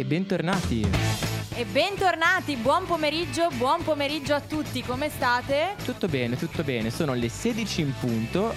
bentornati. E bentornati, buon pomeriggio a tutti, come state? Tutto bene, sono le 16 in punto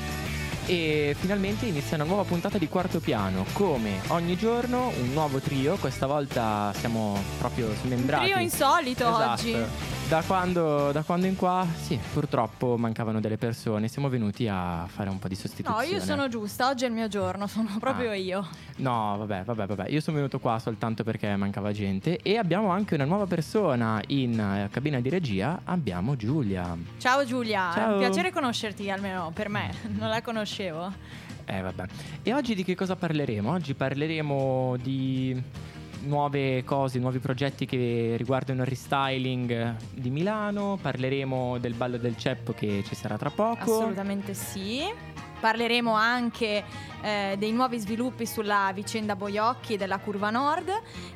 e finalmente inizia una nuova puntata di Quarto Piano. Come ogni giorno un nuovo trio, questa volta siamo proprio smembrati. Un trio insolito, esatto. Oggi. Da quando in qua, sì, purtroppo mancavano delle persone, siamo venuti a fare un po' di sostituzione. No, io sono giusta, oggi è il mio giorno, sono proprio io. No, vabbè, io sono venuto qua soltanto perché mancava gente e abbiamo anche una nuova persona in cabina di regia, abbiamo Giulia. Ciao Giulia, Ciao. È un piacere conoscerti, almeno per me, non la conoscevo. Vabbè. E oggi di che cosa parleremo? Oggi parleremo di nuove cose, nuovi progetti che riguardano il restyling di Milano. Parleremo del ballo del ceppo che ci sarà tra poco. Assolutamente sì. Parleremo anche dei nuovi sviluppi sulla vicenda Boiocchi e della Curva Nord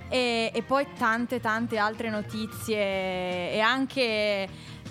e poi tante altre notizie e anche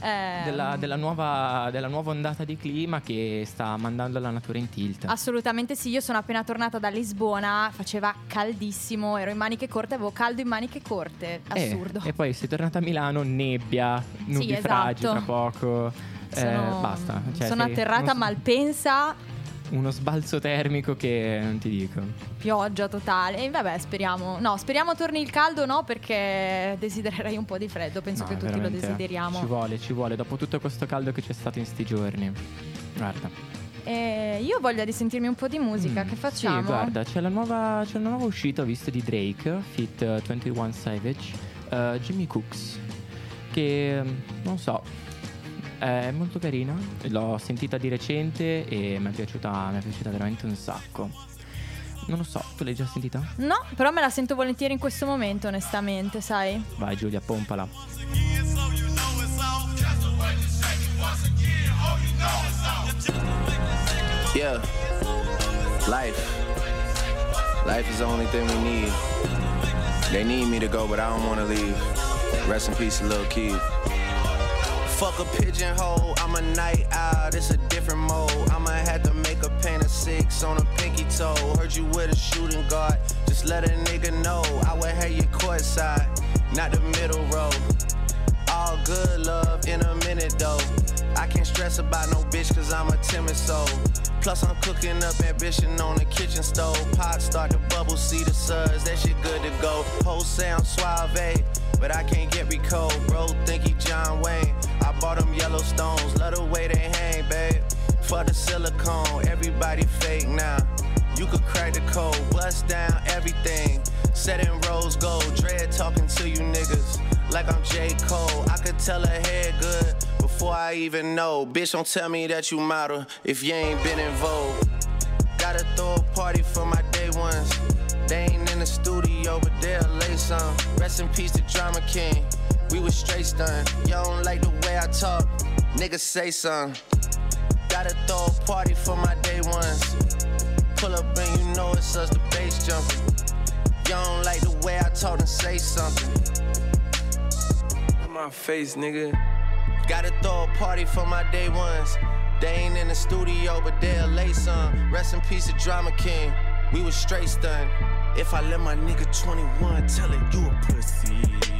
della nuova ondata di clima che sta mandando la natura in tilt. Assolutamente sì, io sono appena tornata da Lisbona, faceva caldissimo, ero in maniche corte, avevo caldo in maniche corte, assurdo. E poi sei tornata a Milano, nebbia, nubifragi, esatto. Tra poco basta, cioè, sono atterrata a Malpensa. Uno sbalzo termico che non ti dico. Pioggia totale. E vabbè, speriamo torni il caldo, no, perché desidererei un po' di freddo. Penso che tutti lo desideriamo. Ci vuole dopo tutto questo caldo che c'è stato in sti giorni. Guarda. Io ho voglia di sentirmi un po' di musica. Che facciamo? Sì, guarda, c'è una nuova uscita, ho visto, di Drake feat 21 Savage, Jimmy Cooks, che non so, è molto carina, l'ho sentita di recente e mi è piaciuta veramente un sacco. Non lo so, tu l'hai già sentita? No, però me la sento volentieri in questo momento, onestamente, sai? Vai Giulia, pompala. Yeah, life is the only thing we need. They need me to go, but I don't wanna leave. Rest in peace, Lil' Keith. Fuck a pigeonhole, I'm a night owl, it's a different mode. I'ma have to make a paint of 6 on a pinky toe. Heard you with a shooting guard, just let a nigga know. I would have you courtside, not the middle row. All good love in a minute though. I can't stress about no bitch cause I'm a timid soul. Plus I'm cooking up ambition on the kitchen stove. Pot start to bubble, see the suds, that shit good to go. Whole sound suave, but I can't get me cold. Bro, think he John Wayne. I bought them Yellowstones, love the way they hang, babe. For the silicone, everybody fake now. You could crack the code, bust down everything. Set in rose gold, dread talking to you niggas like I'm J. Cole. I could tell her head good before I even know. Bitch, don't tell me that you model if you ain't been in vogue. Gotta throw a party for my day ones. They ain't in the studio, but they'll lay some. Rest in peace to Drama King. We was straight stunned. Y'all don't like the way I talk. Niggas say something. Gotta throw a party for my day ones. Pull up and you know it's us, the bass jumping. Y'all don't like the way I talk and say something. In my face, nigga. Gotta throw a party for my day ones. They ain't in the studio, but they'll lay some. Rest in peace to Drama King. We was straight stunned. If I let my nigga 21 tell it, you a pussy.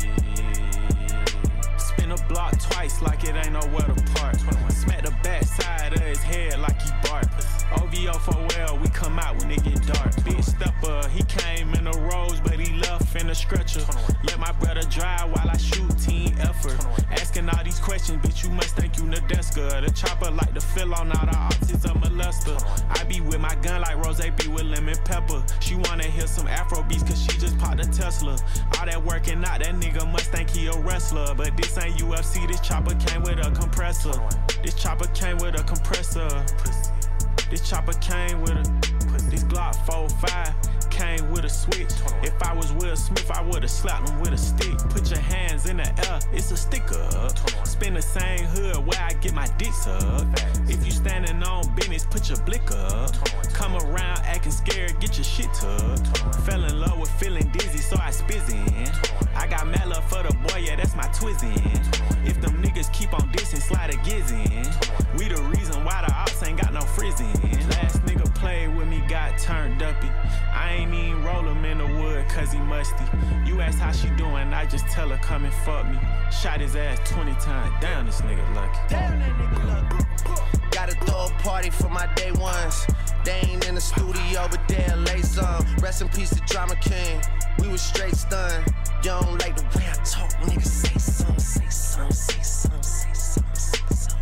Spin a block twice like it ain't nowhere to park. Smack the back side of his head like he bark. OVO for well, we come out when it get dark. Big stepper, he came in a rose, but he left in a stretcher. Let my brother drive while I shoot, team effort. Asking all these questions, bitch, you must think you Nadeska. The chopper like to fill on all the autism molester. I be with my gun like Rose be with lemon pepper. She wanna hear some Afro beats cause she just popped a Tesla. All that working out, that nigga must think he a wrestler. But this ain't UFC, this chopper came with a compressor. This chopper came with a compressor. This chopper came with a, this Glock 45 came with a switch. If I was Will Smith, I would've slapped him with a stick. Put your hands in the air, it's a sticker. Spin the same hood where I get my dick sucked. If you standing on business, put your blick up. Come around acting scared, get your shit tucked. Fell in love with feeling dizzy, so I spizzin'. I got mad love for the boy, yeah, that's my twizzin'. If them niggas keep on dissing, slide a gizzin'. We the reason why the ops ain't got no frizzin'. Last nigga played with me, got turned uppy. I ain't even roll roll him in the wood cause he musty. You ask how she doing, I just tell her come and fuck me. Shot his ass 20 times, damn this nigga lucky. Damn that nigga lucky. Gotta throw a party for my day ones. They ain't in the studio, but they'll lay some. Rest in peace to Drama King. We was straight stunned. You don't like the way I talk, nigga. Say some, say some, say some, say some, say some.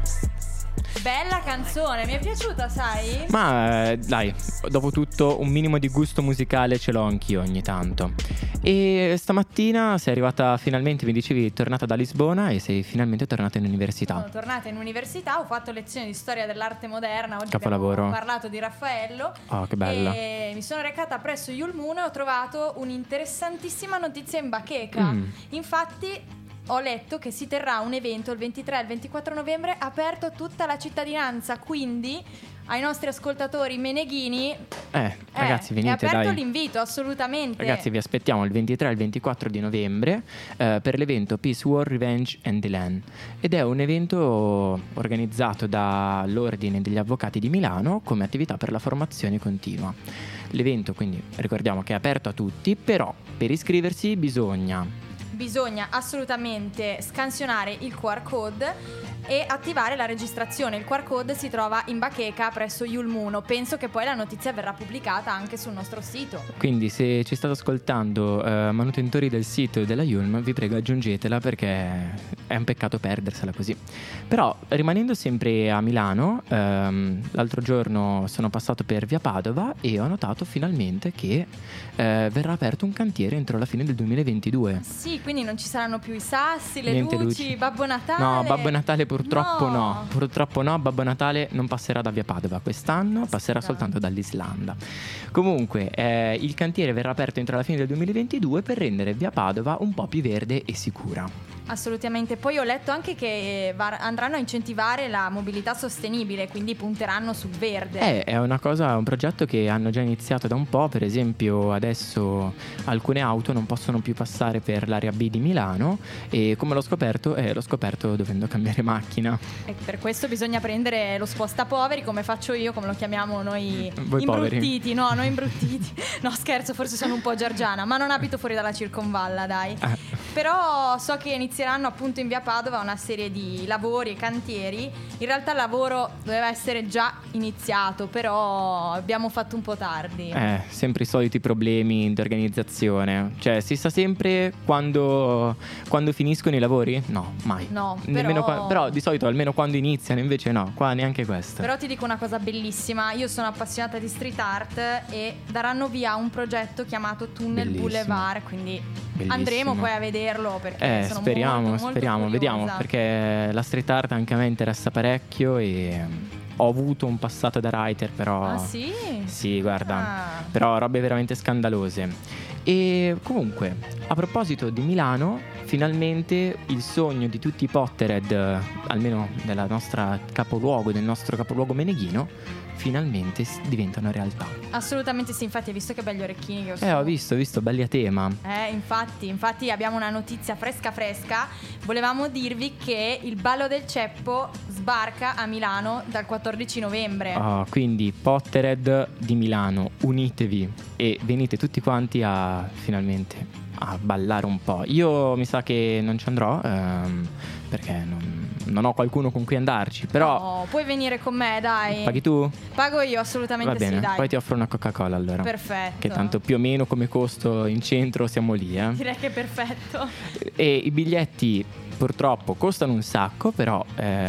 Bella canzone, mi è piaciuta, sai? Ma dai, dopo tutto un minimo di gusto musicale ce l'ho anch'io ogni tanto. E stamattina sei arrivata finalmente, mi dicevi, tornata da Lisbona e sei finalmente tornata in università. Sono tornata in università, ho fatto lezioni di storia dell'arte moderna. Oggi Capolavoro. abbiamo parlato di Raffaello. Oh, che bella. E mi sono recata presso Yulmuno e ho trovato un'interessantissima notizia in bacheca. Infatti ho letto che si terrà un evento il 23 e il 24 novembre aperto a tutta la cittadinanza, quindi ai nostri ascoltatori meneghini ragazzi, venite, è aperto dai. l'invito, assolutamente. Ragazzi, vi aspettiamo il 23 e il 24 di novembre per l'evento Peace, War, Revenge and the Land. Ed è un evento organizzato dall'Ordine degli Avvocati di Milano come attività per la formazione continua. L'evento, quindi, ricordiamo che è aperto a tutti, però per iscriversi bisogna assolutamente scansionare il QR code e attivare la registrazione. Il QR code si trova in bacheca presso Yulmuno. Penso che poi la notizia verrà pubblicata anche sul nostro sito. Quindi se ci state ascoltando manutentori del sito della Yulm, vi prego aggiungetela perché è un peccato perdersela così. Però rimanendo sempre a Milano, l'altro giorno sono passato per via Padova e ho notato finalmente che verrà aperto un cantiere entro la fine del 2022. Sì, quindi non ci saranno più i sassi, le Niente luci, Babbo Natale. No, Babbo Natale purtroppo No. Purtroppo no, Babbo Natale non passerà da via Padova quest'anno, passerà soltanto dall'Islanda. Comunque il cantiere verrà aperto entro la fine del 2022 per rendere via Padova un po' più verde e sicura. Assolutamente. Poi ho letto anche che andranno a incentivare la mobilità sostenibile, quindi punteranno sul verde. È una cosa, un progetto che hanno già iniziato da un po'. Per esempio adesso alcune auto non possono più passare per l'area B di Milano e come l'ho scoperto dovendo cambiare macchina. E per questo bisogna prendere lo spostapoveri, come faccio io, come lo chiamiamo noi. Voi imbruttiti. No, noi imbruttiti. No, scherzo, forse sono un po' giargiana, ma non abito fuori dalla circonvalla, dai. Però so che inizieranno appunto in via Padova una serie di lavori e cantieri. In realtà il lavoro doveva essere già iniziato, però abbiamo fatto un po' tardi. Sempre i soliti problemi di organizzazione. Cioè si sa sempre quando finiscono i lavori? No, mai. No, Nemmeno però di solito almeno quando iniziano, invece no, qua neanche questo. Però ti dico una cosa bellissima, io sono appassionata di street art e daranno via un progetto chiamato Tunnel Bellissimo. Boulevard, quindi Bellissimo. andremo poi a vederlo perché sono speriamo, molto curiosa. vediamo, perché la street art anche a me interessa parecchio e ho avuto un passato da writer, però Ah sì? Sì, guarda, Ah. però robe veramente scandalose. E comunque, a proposito di Milano, finalmente il sogno di tutti i Potterhead, almeno del nostro capoluogo meneghino, finalmente diventano realtà. Assolutamente sì, infatti hai visto che belli orecchini che ho su? Ho visto, belli a tema. Infatti abbiamo una notizia fresca. Volevamo dirvi che il Ballo del Ceppo sbarca a Milano dal 14 novembre. Quindi Potterhead di Milano, unitevi e venite tutti quanti finalmente a ballare un po'. Io mi sa che non ci andrò perché non ho qualcuno con cui andarci, però No, puoi venire con me, dai. paghi tu? Pago io, assolutamente. Va bene, sì, dai. poi ti offro una Coca-Cola allora. Perfetto. Che tanto più o meno come costo in centro siamo lì, Direi che è perfetto. E i biglietti purtroppo costano un sacco, però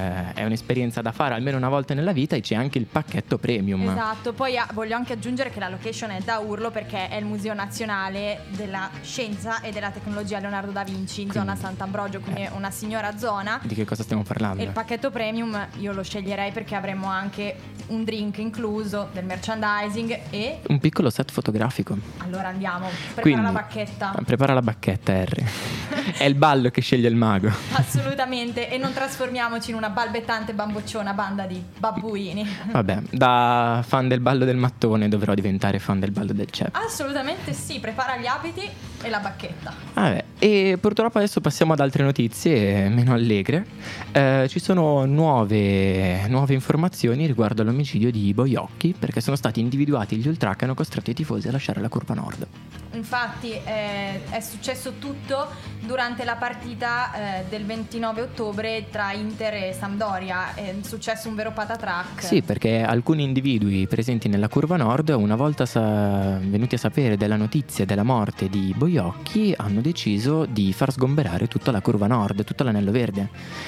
è un'esperienza da fare almeno una volta nella vita e c'è anche il pacchetto premium. Esatto, poi voglio anche aggiungere che la location è da urlo perché è il Museo Nazionale della Scienza e della Tecnologia Leonardo da Vinci in zona Sant'Ambrogio, quindi è una signora zona. Di che cosa stiamo parlando? E il pacchetto premium io lo sceglierei perché avremo anche un drink incluso, del merchandising e un piccolo set fotografico. allora andiamo, prepara Quindi, la bacchetta. Prepara la bacchetta, Harry. È il ballo che sceglie il mago. Assolutamente, e non trasformiamoci in una balbettante bambocciona banda di babbuini. Vabbè, da fan del ballo del mattone dovrò diventare fan del ballo del ceppo. Assolutamente sì, prepara gli abiti e la bacchetta. Vabbè, E purtroppo adesso passiamo ad altre notizie meno allegre. Ci sono nuove informazioni riguardo all'omicidio di Boiocchi, perché sono stati individuati gli ultra che hanno costretto i tifosi a lasciare la curva nord. Infatti è successo tutto durante la partita del 29 ottobre tra Inter e Sampdoria. È successo un vero patatrack. Sì, perché alcuni individui presenti nella curva nord, una volta venuti a sapere della notizia della morte di Boiocchi, hanno deciso di far sgomberare tutta la curva nord, tutto l'anello verde,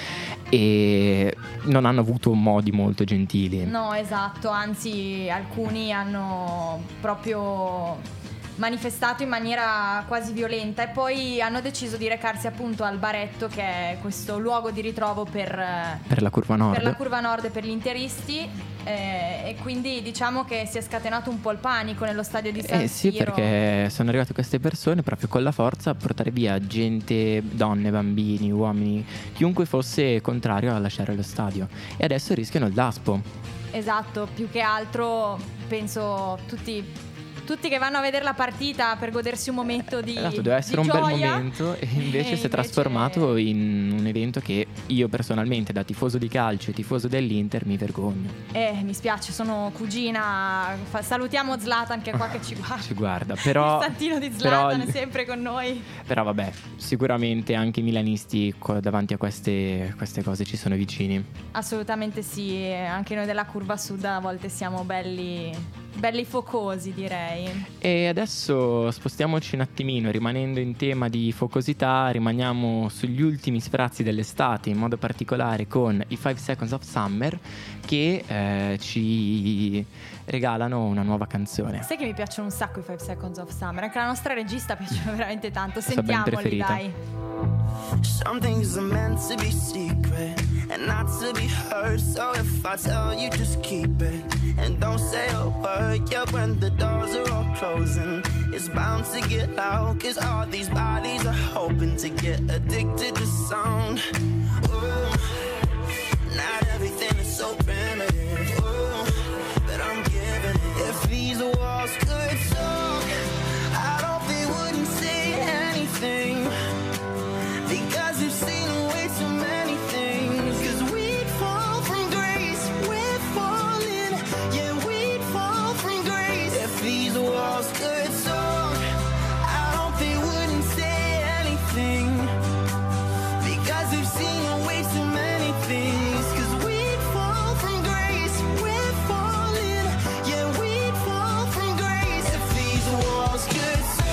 e non hanno avuto modi molto gentili. No, esatto, anzi alcuni hanno proprio manifestato in maniera quasi violenta e poi hanno deciso di recarsi appunto al baretto, che è questo luogo di ritrovo per la curva nord, e per gli interisti, e quindi diciamo che si è scatenato un po' il panico nello stadio di San Siro. Sì, perché sono arrivate queste persone proprio con la forza a portare via gente, donne, bambini, uomini, chiunque fosse contrario a lasciare lo stadio, e adesso rischiano il DASPO. Esatto, più che altro penso tutti che vanno a vedere la partita per godersi un momento di esatto, deve essere un gioia, bel momento, e invece si è trasformato in un evento che io personalmente, da tifoso di calcio e tifoso dell'Inter, mi vergogno. Mi spiace, sono cugina. Salutiamo Zlatan che è qua che ci guarda. Ci guarda, però il santino di Zlatan è sempre con noi. Però vabbè, sicuramente anche i milanisti davanti a queste cose ci sono vicini. Assolutamente sì, anche noi della curva sud a volte siamo belli focosi, direi. E adesso spostiamoci un attimino, rimanendo in tema di focosità, rimaniamo sugli ultimi sprazzi dell'estate, in modo particolare con i 5 Seconds of Summer, che ci regalano una nuova canzone. Sai che mi piacciono un sacco i 5 Seconds of Summer, anche la nostra regista piacciono veramente tanto. Sentiamoli, dai. Some things are meant to be secret and not to be heard. So if I tell you, just keep it and don't say a word. Yeah, when the doors are all closing, it's bound to get loud, 'cause all these bodies are hoping to get addicted to sound. Ooh, not everything is so primitive. Ooh, but I'm giving it. If these walls could talk, I don't think wouldn't say anything. Because we've seen way too many things. 'Cause we'd fall from grace, we're falling. Yeah, we'd fall from grace. If these walls could talk, I don't think wouldn't say anything. Because we've seen way too many things. 'Cause we'd fall from grace, we're falling. Yeah, we'd fall from grace. If these walls could talk.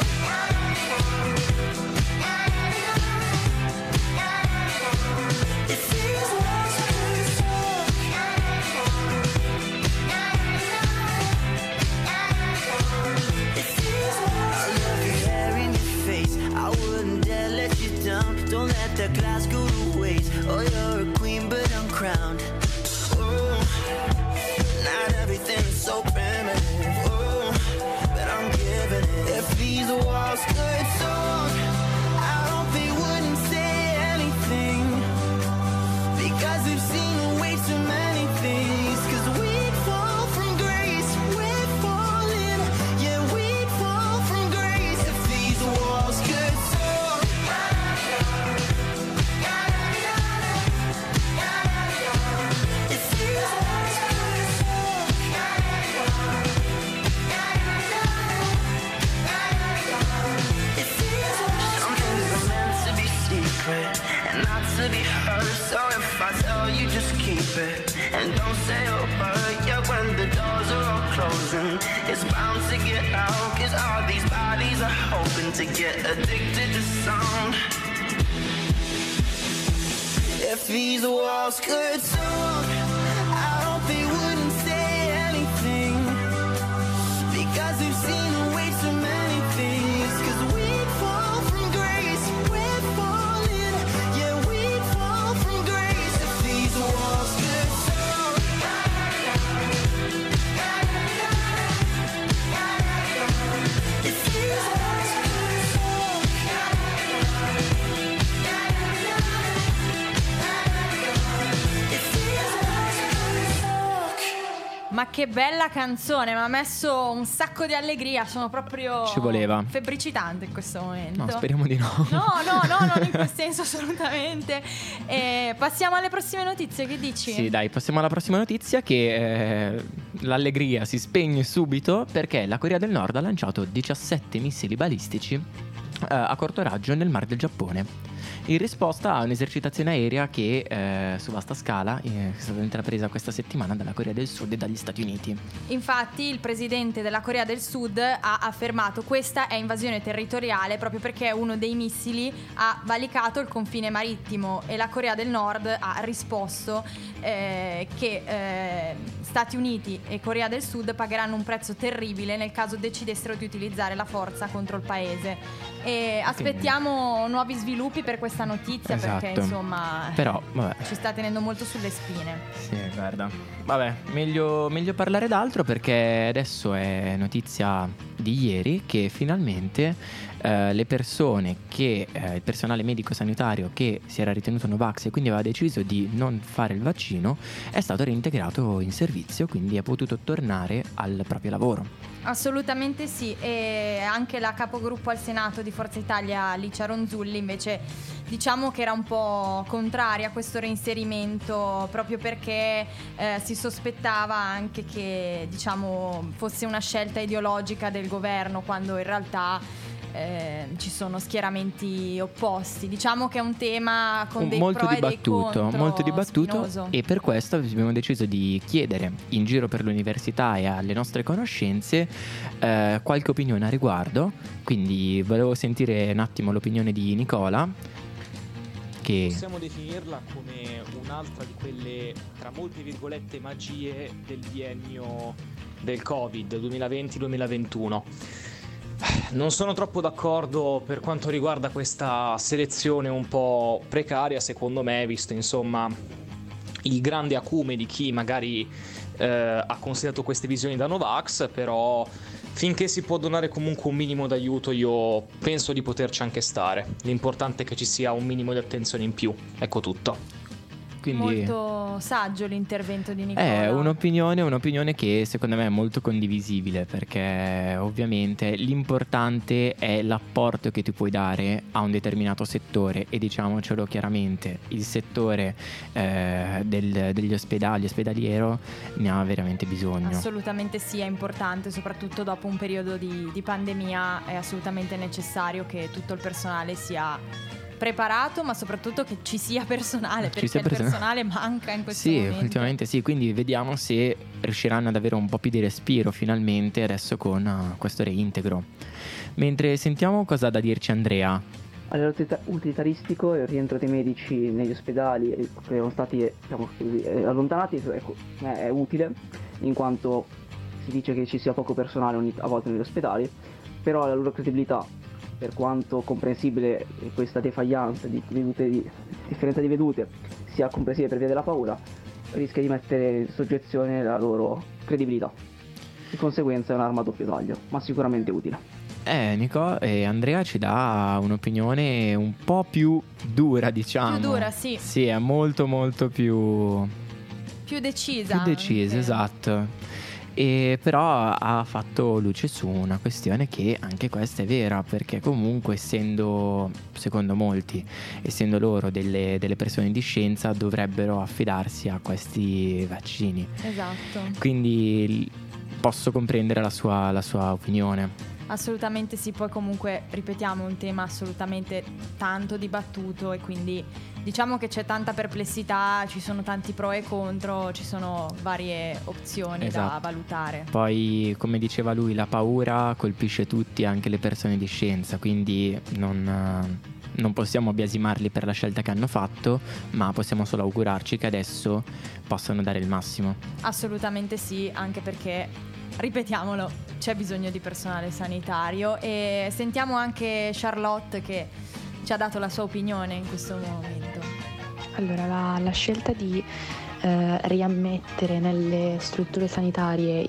Don't let that glass go to waste. Oh, you're a queen, but I'm crowned. Oh, not everything is so primitive. Oh, but I'm giving it. If these walls could talk, I don't think wouldn't say anything. Because we've seen way too many things. 'Cause we'd fall from grace, we're falling. Yeah, we'd fall from grace. If these walls could talk. And not to be heard. So if I tell you, just keep it and don't say a word. Yeah, when the doors are all closing, it's bound to get out, 'cause all these bodies are hoping to get addicted to sound. If these walls could talk, I don't think wouldn't say anything. Because we've seen way too many things. 'Cause we'd fall from grace, we're falling. Yeah, we'd fall from grace. If these walls could talk. If these walls could talk. If these walls Ma che bella canzone, mi ha messo un sacco di allegria, sono proprio Ci voleva. febbricitante in questo momento. No, speriamo di no. No, non in quel senso assolutamente. Passiamo alle prossime notizie, che dici? Sì, dai, passiamo alla prossima notizia che l'allegria si spegne subito perché la Corea del Nord ha lanciato 17 missili balistici a corto raggio nel Mar del Giappone, in risposta a un'esercitazione aerea che su vasta scala è stata intrapresa questa settimana dalla Corea del Sud e dagli Stati Uniti. Infatti il presidente della Corea del Sud ha affermato questa è invasione territoriale proprio perché uno dei missili ha valicato il confine marittimo e la Corea del Nord ha risposto che Stati Uniti e Corea del Sud pagheranno un prezzo terribile nel caso decidessero di utilizzare la forza contro il paese. E aspettiamo nuovi sviluppi per questa notizia, Esatto. perché insomma Però, vabbè. ci sta tenendo molto sulle spine. Sì, guarda. Vabbè, meglio parlare d'altro perché adesso è notizia di ieri che finalmente le persone che il personale medico-sanitario che si era ritenuto Novax e quindi aveva deciso di non fare il vaccino è stato reintegrato in servizio, quindi è potuto tornare al proprio lavoro. Assolutamente sì, e anche la capogruppo al Senato di Forza Italia Licia Ronzulli invece diciamo che era un po' contraria a questo reinserimento proprio perché si sospettava anche che diciamo fosse una scelta ideologica del governo quando in realtà ci sono schieramenti opposti. Diciamo che è un tema con dei molto pro e dei contro, molto dibattuto spinoso. e per questo abbiamo deciso di chiedere in giro per l'università e alle nostre conoscenze qualche opinione a riguardo. Quindi volevo sentire un attimo l'opinione di Nicola, che possiamo definirla come un'altra di quelle, tra molte virgolette, magie del biennio del Covid 2020-2021. Non sono troppo d'accordo per quanto riguarda questa selezione un po' precaria, secondo me, visto insomma il grande acume di chi magari ha considerato queste visioni da Novax, però finché si può donare comunque un minimo d'aiuto io penso di poterci anche stare. L'importante è che ci sia un minimo di attenzione in più, ecco tutto. quindi Molto saggio l'intervento di Nicola. è un'opinione che secondo me è molto condivisibile, perché ovviamente l'importante è l'apporto che tu puoi dare a un determinato settore, e diciamocelo chiaramente, il settore degli ospedali, ospedaliero, ne ha veramente bisogno. Assolutamente sì, è importante, soprattutto dopo un periodo di pandemia è assolutamente necessario che tutto il personale sia preparato, ma soprattutto che ci sia personale, perché il personale manca in questo momento. Sì, ultimamente sì, quindi vediamo se riusciranno ad avere un po' più di respiro finalmente adesso con questo reintegro. Mentre sentiamo cosa ha da dirci Andrea. A livello utilitaristico, il rientro dei medici negli ospedali che erano stati allontanati è utile, in quanto si dice che ci sia poco personale a volte negli ospedali, però la loro credibilità, per quanto comprensibile questa defiance di differenza di vedute sia comprensibile per via della paura, rischia di mettere in soggezione la loro credibilità. Di conseguenza è un'arma a doppio taglio, ma sicuramente utile. Nico e Andrea ci dà un'opinione un po' più dura, diciamo. Più dura, sì. Sì, è molto più decisa. Più decisa, esatto. E però ha fatto luce su una questione che anche questa è vera, perché comunque secondo molti, essendo loro delle persone di scienza, dovrebbero affidarsi a questi vaccini. Esatto. Quindi posso comprendere la sua opinione. Assolutamente sì, poi comunque ripetiamo un tema assolutamente tanto dibattuto e quindi diciamo che c'è tanta perplessità, ci sono tanti pro e contro, ci sono varie opzioni da valutare. Poi, come diceva lui, la paura colpisce tutti, anche le persone di scienza, quindi non possiamo biasimarli per la scelta che hanno fatto, ma possiamo solo augurarci che adesso possano dare il massimo. Assolutamente sì, anche perché, ripetiamolo, c'è bisogno di personale sanitario. E sentiamo anche Charlotte che ci ha dato la sua opinione in questo momento. Allora, la scelta di riammettere nelle strutture sanitarie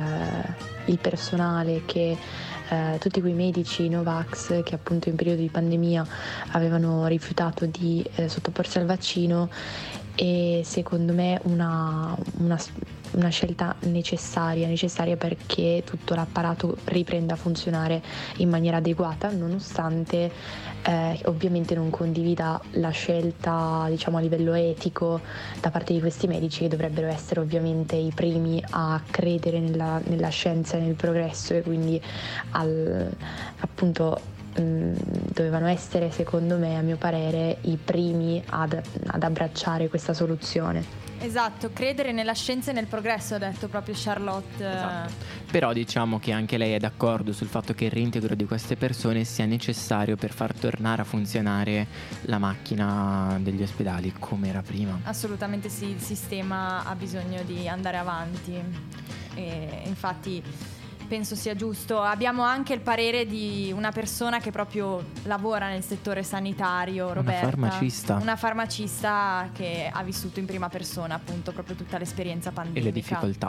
il personale che tutti quei medici Novax che appunto in periodo di pandemia avevano rifiutato di sottoporsi al vaccino è secondo me una una scelta necessaria perché tutto l'apparato riprenda a funzionare in maniera adeguata, nonostante ovviamente non condivida la scelta, diciamo, a livello etico da parte di questi medici, che dovrebbero essere ovviamente i primi a credere nella scienza e nel progresso, e quindi appunto dovevano essere, secondo me, a mio parere, i primi ad abbracciare questa soluzione. Esatto, credere nella scienza e nel progresso, ha detto proprio Charlotte. Esatto. Però diciamo che anche lei è d'accordo sul fatto che il reintegro di queste persone sia necessario per far tornare a funzionare la macchina degli ospedali come era prima. Assolutamente sì, il sistema ha bisogno di andare avanti e infatti penso sia giusto. Abbiamo anche il parere di una persona che proprio lavora nel settore sanitario, Roberta. Una farmacista che ha vissuto in prima persona appunto proprio tutta l'esperienza pandemica. E le difficoltà.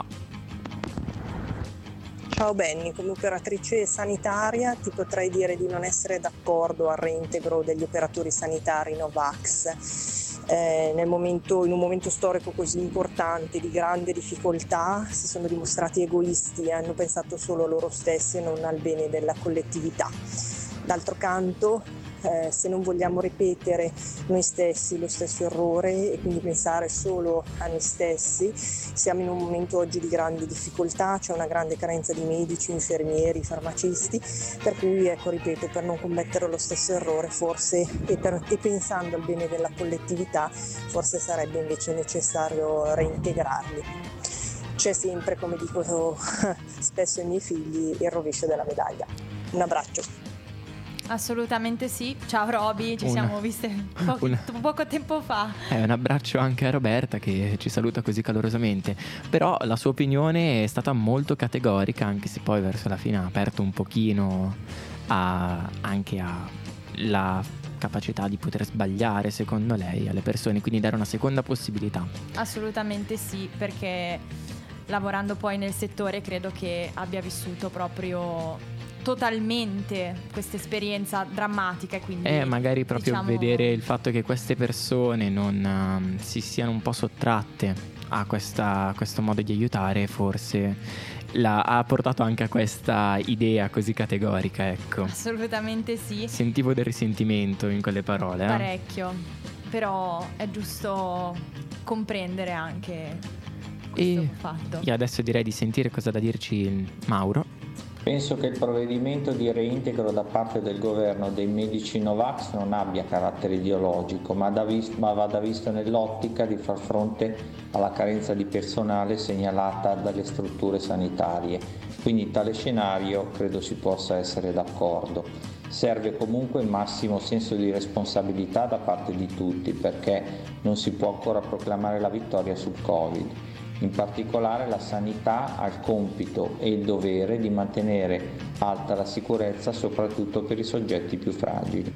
Ciao Benny, come operatrice sanitaria ti potrei dire di non essere d'accordo al reintegro degli operatori sanitari Novax. In un momento storico così importante, di grande difficoltà, si sono dimostrati egoisti e hanno pensato solo a loro stessi e non al bene della collettività. D'altro canto, se non vogliamo ripetere noi stessi lo stesso errore e quindi pensare solo a noi stessi, siamo in un momento oggi di grandi difficoltà, c'è una grande carenza di medici, infermieri, farmacisti, per cui ripeto, per non commettere lo stesso errore forse e pensando al bene della collettività, forse sarebbe invece necessario reintegrarli. C'è sempre, come dico spesso ai miei figli, il rovescio della medaglia. Un abbraccio. Assolutamente sì. Ciao Roby, ci siamo viste poco tempo fa. Un abbraccio anche a Roberta che ci saluta così calorosamente. Però la sua opinione è stata molto categorica, anche se poi verso la fine ha aperto un pochino anche alla capacità di poter sbagliare, secondo lei, alle persone, quindi dare una seconda possibilità. Assolutamente sì, perché lavorando poi nel settore credo che abbia vissuto proprio totalmente questa esperienza drammatica, quindi magari proprio vedere il fatto che queste persone non si siano un po' sottratte a questo modo di aiutare, forse ha portato anche a questa idea così categorica, ecco. Assolutamente sì. Sentivo del risentimento in quelle parole. Parecchio, però è giusto comprendere anche questo fatto. Io adesso direi di sentire cosa ha da dirci Mauro. Penso che il provvedimento di reintegro da parte del governo dei medici Novax non abbia carattere ideologico, ma vada visto nell'ottica di far fronte alla carenza di personale segnalata dalle strutture sanitarie. Quindi in tale scenario credo si possa essere d'accordo. Serve comunque il massimo senso di responsabilità da parte di tutti, perché non si può ancora proclamare la vittoria sul Covid. In particolare la sanità ha il compito e il dovere di mantenere alta la sicurezza, soprattutto per i soggetti più fragili.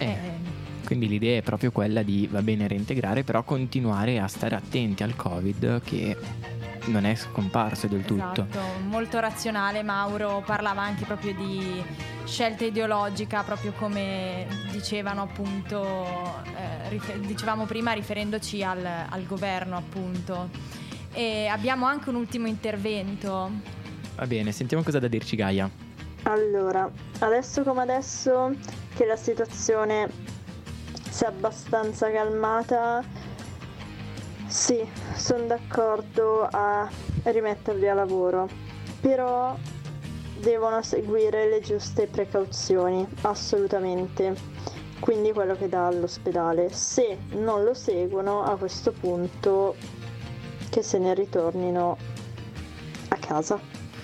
Quindi l'idea è proprio quella di, va bene, reintegrare, però continuare a stare attenti al Covid, che non è scomparso del tutto. Esatto, molto razionale. Mauro parlava anche proprio di scelta ideologica, proprio come dicevano appunto, dicevamo prima, riferendoci al governo appunto. E abbiamo anche un ultimo intervento. Va bene, sentiamo cosa ha da dirci Gaia. Allora, adesso come adesso che la situazione si è abbastanza calmata, sì, sono d'accordo a rimetterli a lavoro, però devono seguire le giuste precauzioni, assolutamente. Quindi quello che dà all'ospedale. Se non lo seguono, a questo punto che se ne ritornino a casa.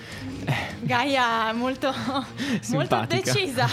Gaia molto decisa.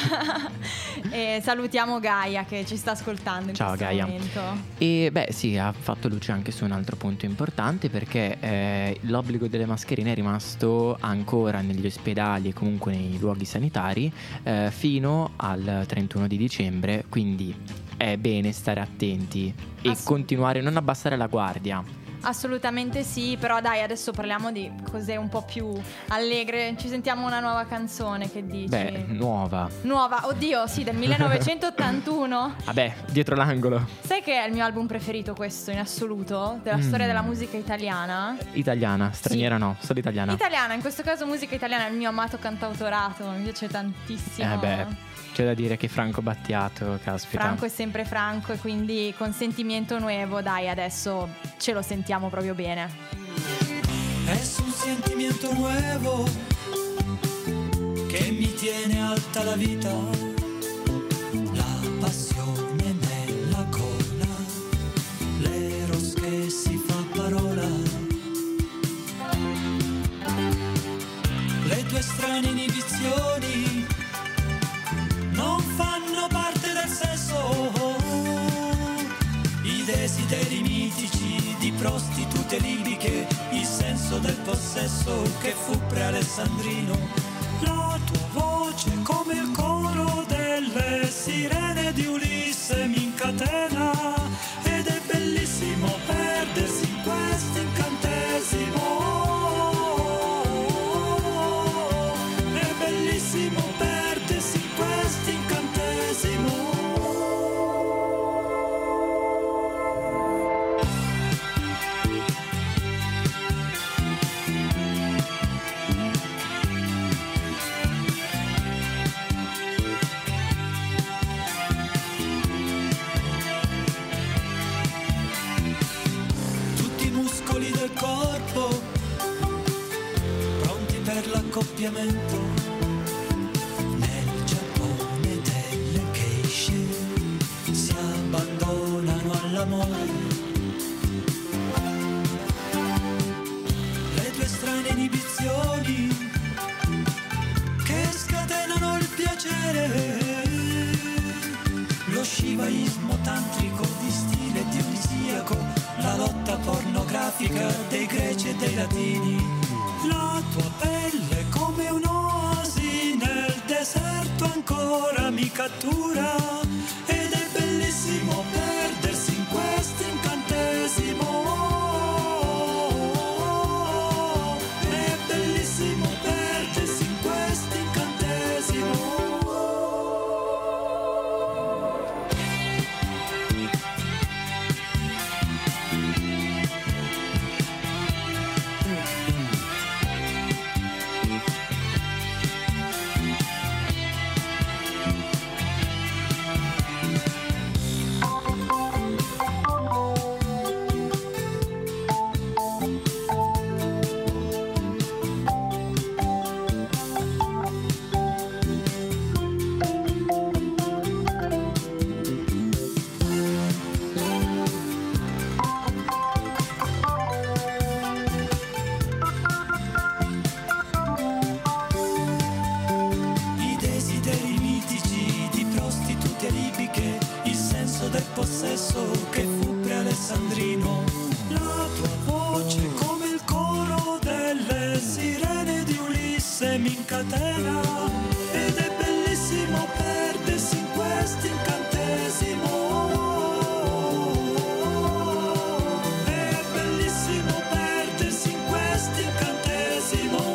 E salutiamo Gaia che ci sta ascoltando in Ciao, questo Gaia. momento. E sì, ha fatto luce anche su un altro punto importante, perché l'obbligo delle mascherine è rimasto ancora negli ospedali e comunque nei luoghi sanitari fino al 31 di dicembre, quindi è bene stare attenti e continuare, non abbassare la guardia. Assolutamente sì, però dai, adesso parliamo di cose un po' più allegre. Ci sentiamo una nuova canzone, che dici? Beh, nuova, oddio, sì, del 1981. vabbè, dietro l'angolo. Sai che è il mio album preferito questo in assoluto della storia della musica italiana? Italiana, straniera Sì. no, solo italiana. Italiana, in questo caso musica italiana, è il mio amato cantautorato, mi piace tantissimo. C'è da dire che Franco Battiato, caspita. Franco è sempre Franco, e quindi con Sentimiento Nuevo, dai, adesso ce lo sentiamo proprio bene. Es un sentimiento nuevo che mi tiene alta la vita, la passione nella gola, l'eros che si fa parola, le tue strane inibizioni non fanno parte del sesso, i desideri mitici di prostitute libiche, il senso del possesso che fu pre-alessandrino, la tua voce come il coro delle sirene di Ulisse mi incatena, ed è bellissimo perdersi in questo incantesimo, è bellissimo perdersi in questo incantesimo. Tutti i muscoli del corpo pronti per l'accoppiamento, nel Giappone delle geishe si abbandonano all'amore, le tue strane inibizioni che scatenano il piacere, lo shivaismo tantrico di stile dionisiaco, la lotta pornografica dei greci e dei latini, la tua pelle come un'oasi nel deserto ancora mi cattura, ed è bellissimo perdersi in questo incantesimo, è bellissimo perdersi in questo incantesimo. I desideri mitici di prostitute libiche, il senso del possesso che fu pre-alessandrino, la tua voce come il coro delle sirene di Ulisse mi incatena, ed è bellissimo perdersi in questo incantesimo, è bellissimo perdersi in questo incantesimo.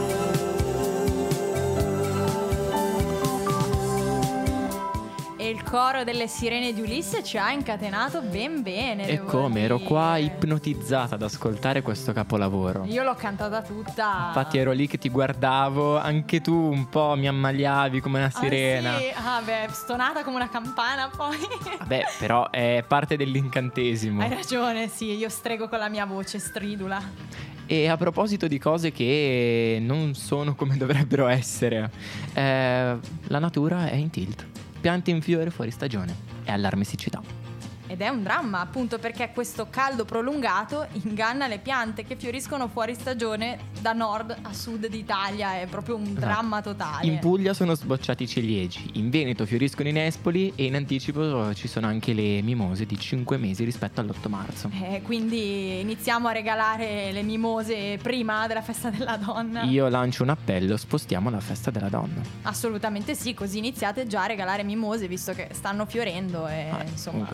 E il coro delle sirene di Ulisse ci ha incatenato ben bene. E devo come ero dire. qua ipnotizzata ad ascoltare questo capolavoro. Io l'ho cantata tutta. Infatti ero lì che ti guardavo, anche tu un po' mi ammaliavi come una sirena. Ah, sì? Beh, stonata come una campana poi. Vabbè, però è parte dell'incantesimo. Hai ragione, sì, io strego con la mia voce stridula. E a proposito di cose che non sono come dovrebbero essere, la natura è in tilt. Piante in fiore fuori stagione e allarme siccità. Ed è un dramma, appunto, perché questo caldo prolungato inganna le piante che fioriscono fuori stagione da nord a sud d'Italia. È proprio un dramma totale. In Puglia sono sbocciati i ciliegi, in Veneto fioriscono i nespoli e in anticipo ci sono anche le mimose di 5 mesi rispetto all'8 marzo. Quindi iniziamo a regalare le mimose prima della festa della donna. Io lancio un appello, spostiamo la festa della donna. Assolutamente sì, così iniziate già a regalare mimose, visto che stanno fiorendo e insomma. Comunque, sono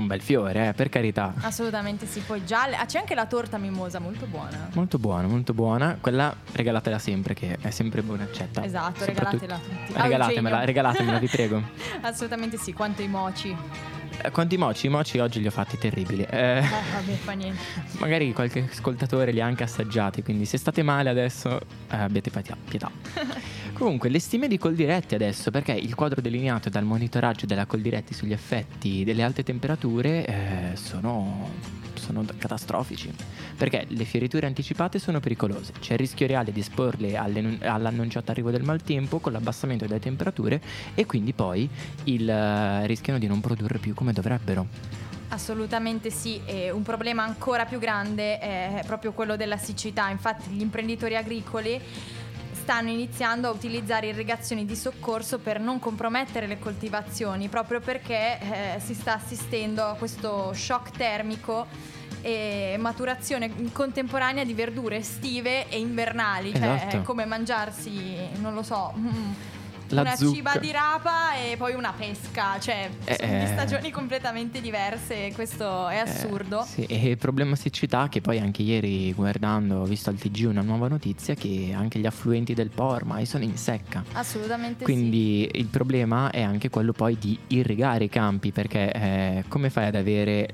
un bel fiore, per carità. Assolutamente sì. Poi già c'è anche la torta mimosa, molto buona. Molto buona, molto buona. Quella regalatela sempre, che è sempre buona accetta. Esatto, regalatela a tutti. Regalatemela, vi prego. Assolutamente sì. Quanto i moci. Quanti moci? I moci oggi li ho fatti terribili. Vabbè, fa niente. Magari qualche ascoltatore li ha anche assaggiati, quindi se state male adesso abbiate pietà. Comunque, le stime di Coldiretti adesso, perché il quadro delineato dal monitoraggio della Coldiretti sugli effetti delle alte temperature sono catastrofici, perché le fioriture anticipate sono pericolose, c'è il rischio reale di esporle all'annunciato arrivo del maltempo con l'abbassamento delle temperature, e quindi poi rischiano di non produrre più come dovrebbero. Assolutamente sì, e un problema ancora più grande è proprio quello della siccità. Infatti gli imprenditori agricoli stanno iniziando a utilizzare irrigazioni di soccorso per non compromettere le coltivazioni, proprio perché si sta assistendo a questo shock termico e maturazione contemporanea di verdure estive e invernali. Esatto. Cioè è come mangiarsi, non lo so, La una zucca. ciba di rapa e poi una pesca, cioè sono di stagioni completamente diverse, questo è assurdo. Sì, e il problema siccità, che poi anche ieri guardando ho visto al TG una nuova notizia che anche gli affluenti del Po ormai sono in secca. Assolutamente quindi il problema è anche quello poi di irrigare i campi, perché come fai ad avere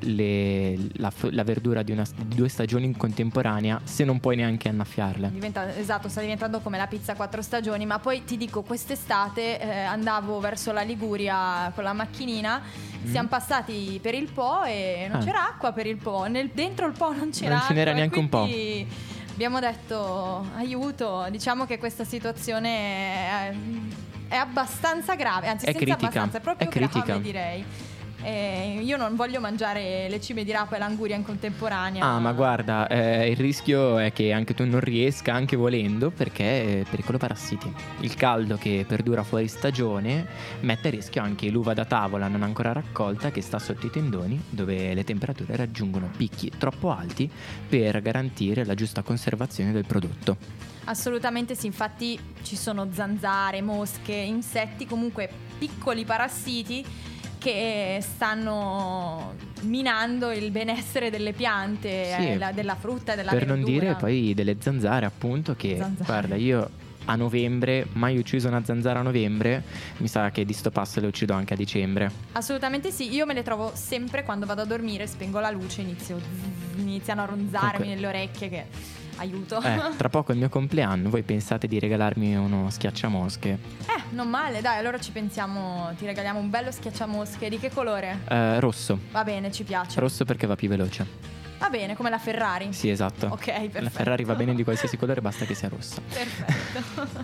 la verdura di 2 stagioni in contemporanea se non puoi neanche annaffiarle? Esatto, sta diventando come la pizza 4 stagioni. Ma poi ti dico, quest'estate andavo verso la Liguria con la macchinina, siamo passati per il Po e non c'era acqua per il Po, dentro il Po non c'era non ce n'era acqua, neanche un po'. Abbiamo detto aiuto, diciamo che questa situazione è abbastanza grave, anzi è senza critica. abbastanza, è proprio critica. grave, direi. Io non voglio mangiare le cime di rapa e l'anguria in contemporanea. Ma guarda, il rischio è che anche tu non riesca, anche volendo, perché è pericolo parassiti. Il caldo che perdura fuori stagione mette a rischio anche l'uva da tavola non ancora raccolta, che sta sotto i tendoni, dove le temperature raggiungono picchi troppo alti per garantire la giusta conservazione del prodotto. Assolutamente sì, infatti ci sono zanzare, mosche, insetti, comunque piccoli parassiti che stanno minando il benessere delle piante, della frutta, della verdura. Per non dire poi delle zanzare, appunto, che guarda, io a novembre mai ucciso una zanzara a novembre, mi sa che di sto passo le uccido anche a dicembre. Assolutamente sì, io me le trovo sempre quando vado a dormire, spengo la luce, iniziano a ronzarmi nelle orecchie, che aiuto. Tra poco è il mio compleanno, voi pensate di regalarmi uno schiacciamosche? Non male, dai, allora ci pensiamo, ti regaliamo un bello schiacciamosche. Di che colore? Rosso. Va bene, ci piace. Rosso perché va più veloce. Va bene, come la Ferrari. Sì, esatto. Ok, perfetto. La Ferrari va bene di qualsiasi colore, basta che sia rossa. Perfetto.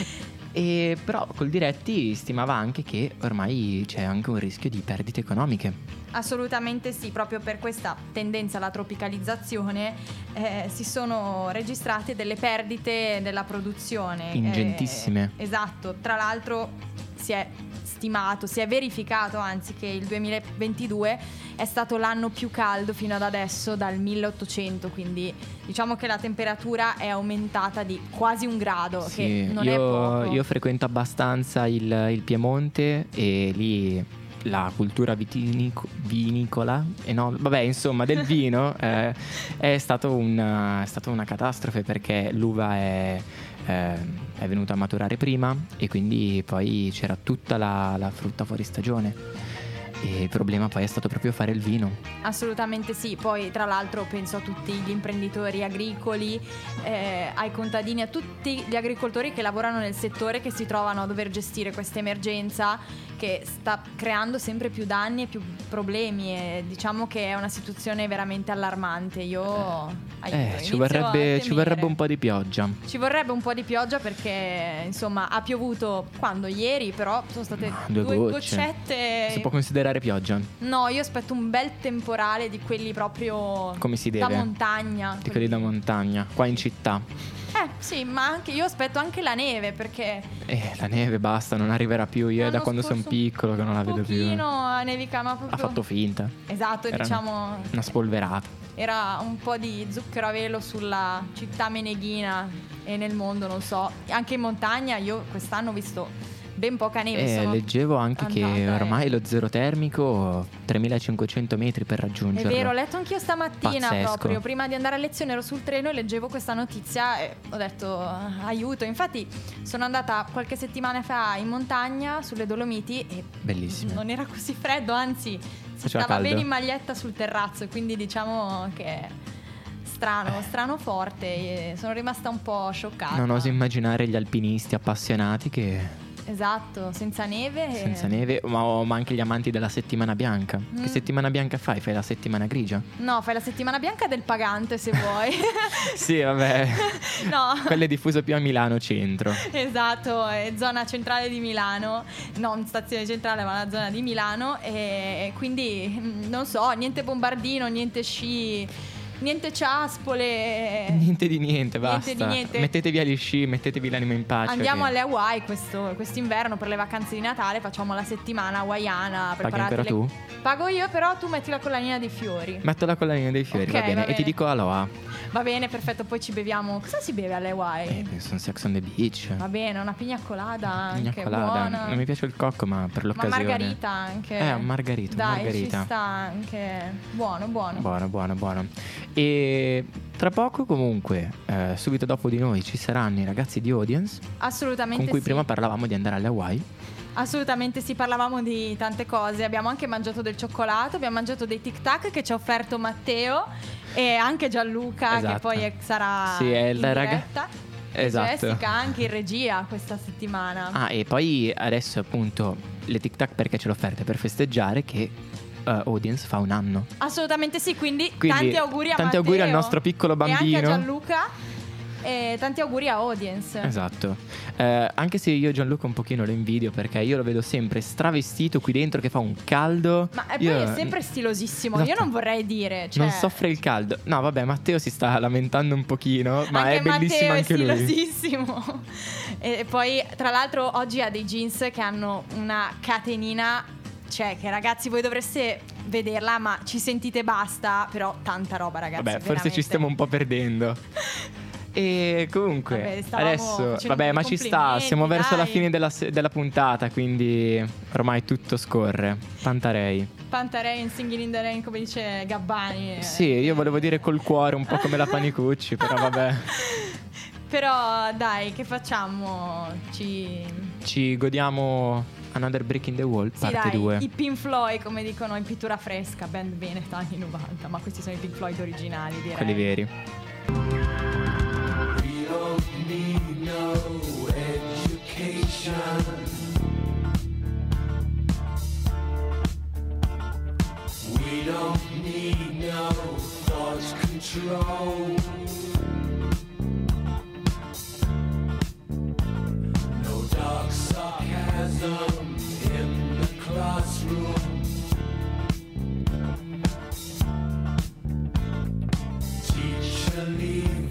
E però Coldiretti stimava anche che ormai c'è anche un rischio di perdite economiche. Assolutamente sì, proprio per questa tendenza alla tropicalizzazione si sono registrate delle perdite della produzione. Ingentissime. Esatto, tra l'altro si è stimato, si è verificato anzi che il 2022 è stato l'anno più caldo fino ad adesso dal 1800, quindi diciamo che la temperatura è aumentata di quasi 1 grado, Sì, che non è poco. Io frequento abbastanza il Piemonte e lì la cultura vinicola del vino è stata una catastrofe, perché l'uva è venuta a maturare prima e quindi poi c'era tutta la frutta fuori stagione. E il problema poi è stato proprio fare il vino. Assolutamente sì, poi tra l'altro penso a tutti gli imprenditori agricoli, ai contadini, a tutti gli agricoltori che lavorano nel settore, che si trovano a dover gestire questa emergenza che sta creando sempre più danni e più problemi, e diciamo che è una situazione veramente allarmante. Ci vorrebbe un po' di pioggia. Ci vorrebbe un po' di pioggia perché insomma ha piovuto quando? Ieri, però sono state 2 goccette. Si può considerare pioggia? No, io aspetto un bel temporale di quelli proprio come si deve, da montagna. Di quelli da montagna, qua in città. Sì, ma anche io aspetto anche la neve, perché la neve basta, non arriverà più. Io è da quando sono piccolo che non la vedo più. Nevica, ma proprio... Ha fatto finta. Esatto, era diciamo una spolverata. Era un po' di zucchero a velo sulla città meneghina e nel mondo, non so. Anche in montagna io quest'anno ho visto ben poca neve. Sono leggevo anche che andata, ormai lo zero termico 3500 metri per È raggiungerlo. vero, ho letto anch'io stamattina, Pazzesco. proprio prima di andare a lezione ero sul treno e leggevo questa notizia e ho detto aiuto. Infatti sono andata qualche settimana fa in montagna sulle Dolomiti e Bellissimo. non era così freddo, anzi si Faceva stava caldo. bene in maglietta sul terrazzo e quindi diciamo che strano forte, e sono rimasta un po' scioccata. Non oso immaginare gli alpinisti appassionati che Esatto, senza neve. senza neve, ma anche gli amanti della settimana bianca. Che settimana bianca fai? Fai la settimana grigia? No, fai la settimana bianca del pagante se vuoi. Sì, vabbè. No. Quello è diffuso più a Milano centro. Esatto, è zona centrale di Milano, non stazione centrale ma la zona di Milano, e quindi non so, niente bombardino, niente sci, niente ciaspole. Niente di niente, basta. Niente di niente. Mettetevi via gli sci, mettetevi l'anima in pace. Andiamo che- alle Hawaii quest'inverno per le vacanze di Natale, facciamo la settimana hawaiana. Paghi preparate ancora tu? Pago io, però tu metti la collanina dei fiori. Metto la collanina dei fiori, Ok, va bene. va E ti bene. dico aloha. Va bene, perfetto, poi ci beviamo. Cosa si beve alle Hawaii? Sono Sex on the Beach. Va bene, una pigna colada Pina anche colada. buona. Non mi piace il cocco, ma per Ma l'occasione. margarita anche. Un margarita, Dai, margarita. ci sta anche. Buono. Buono. E tra poco comunque, subito dopo di noi ci saranno i ragazzi di Audience, Assolutamente con cui sì. prima parlavamo di andare alle Hawaii. Assolutamente sì, parlavamo di tante cose. Abbiamo anche mangiato del cioccolato, abbiamo mangiato dei Tic Tac che ci ha offerto Matteo e anche Gianluca, che Esatto. poi sarà Sì, è il in raga- diretta. E Esatto. Jessica anche in regia questa settimana. Ah, e poi adesso appunto le Tic Tac perché ce l'ho offerte per festeggiare che Audience fa un anno. Assolutamente sì, quindi Quindi, tanti auguri a tanti Matteo auguri al nostro piccolo e anche a bambino. Gianluca. E tanti auguri a Audience. Esatto. Anche se io Gianluca un pochino lo invidio perché io lo vedo sempre stravestito qui dentro che fa un caldo. Ma poi Io- è sempre stilosissimo. Esatto. Io non vorrei dire, cioè, Non soffre il caldo. No, vabbè, Matteo si sta lamentando un pochino, ma anche è bellissimo Matteo è anche lui. stilosissimo. E poi, tra l'altro, oggi ha dei jeans che hanno una catenina. Cioè, che ragazzi, voi dovreste vederla, ma ci sentite basta. Però tanta roba, ragazzi. Vabbè, forse veramente. ci stiamo un po' perdendo. E comunque Vabbè, stavamo adesso, facendo vabbè, dei ma ci sta. complimenti, Siamo verso la dai. fine della puntata, quindi ormai tutto scorre. Pantarei. Pantarain, Singing in the Rain, come dice Gabbani. Sì, io volevo dire col cuore, un po' come la Panicucci, però vabbè. Però, dai, che facciamo? Ci godiamo Another Brick in the Wall, Sì, parte dai, 2. i Pink Floyd, come dicono in pittura fresca, band veneta anni 90, ma questi sono i Pink Floyd originali, direi. Quelli veri. We don't need no education. We don't need no thought control. No dark sarcasm in the classroom. Teacher, leave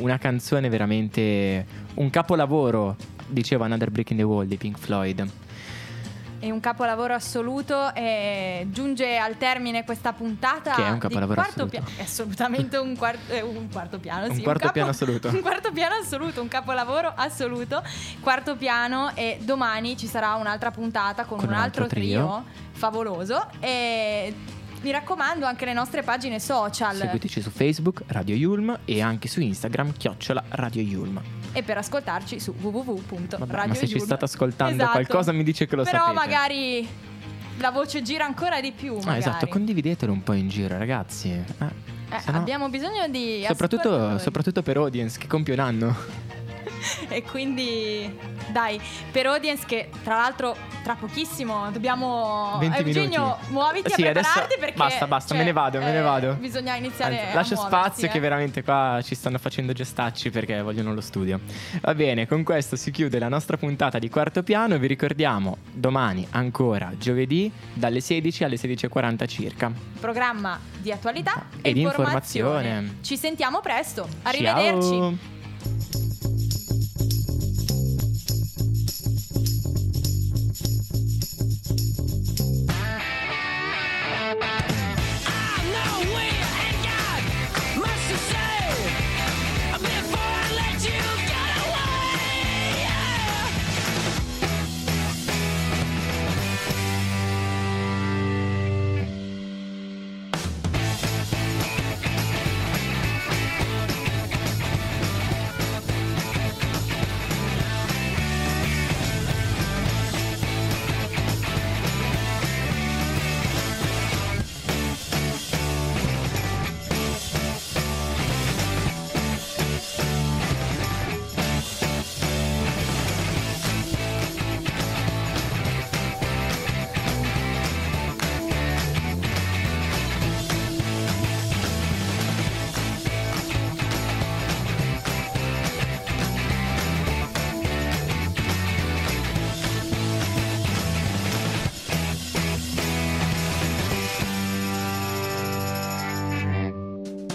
una canzone veramente un capolavoro, diceva Another Brick in the Wall di Pink Floyd. È un capolavoro assoluto e giunge al termine questa puntata. Che è un capolavoro di quarto assoluto. È assolutamente un quarto piano, sì. Un quarto piano assoluto. Un quarto piano assoluto, un capolavoro assoluto. Quarto piano, e domani ci sarà un'altra puntata con un altro trio favoloso. E mi raccomando, anche le nostre pagine social. Seguiteci su Facebook, Radio Yulm, e anche su Instagram, @Radio Yulm. E per ascoltarci su www.radioyulm. Ma se ci state ascoltando, esatto, qualcosa mi dice che lo però sapete. Però magari la voce gira ancora di più. Magari. Esatto, condividetelo un po' in giro, ragazzi. Sennò... abbiamo bisogno di soprattutto per audience che compie un anno. E quindi dai, per audience che tra l'altro tra pochissimo dobbiamo 20 Eugenio, minuti. muoviti Sì, a prepararti adesso perché basta, me ne vado. Bisogna iniziare. Anzi, lascio a muoversi, spazio che veramente qua ci stanno facendo gestacci perché vogliono lo studio. Va bene, con questo si chiude la nostra puntata di Quarto Piano. Vi ricordiamo domani ancora giovedì dalle 16 alle 16:40 circa. Programma di attualità e e di informazione. Ci sentiamo presto. Arrivederci. Ciao.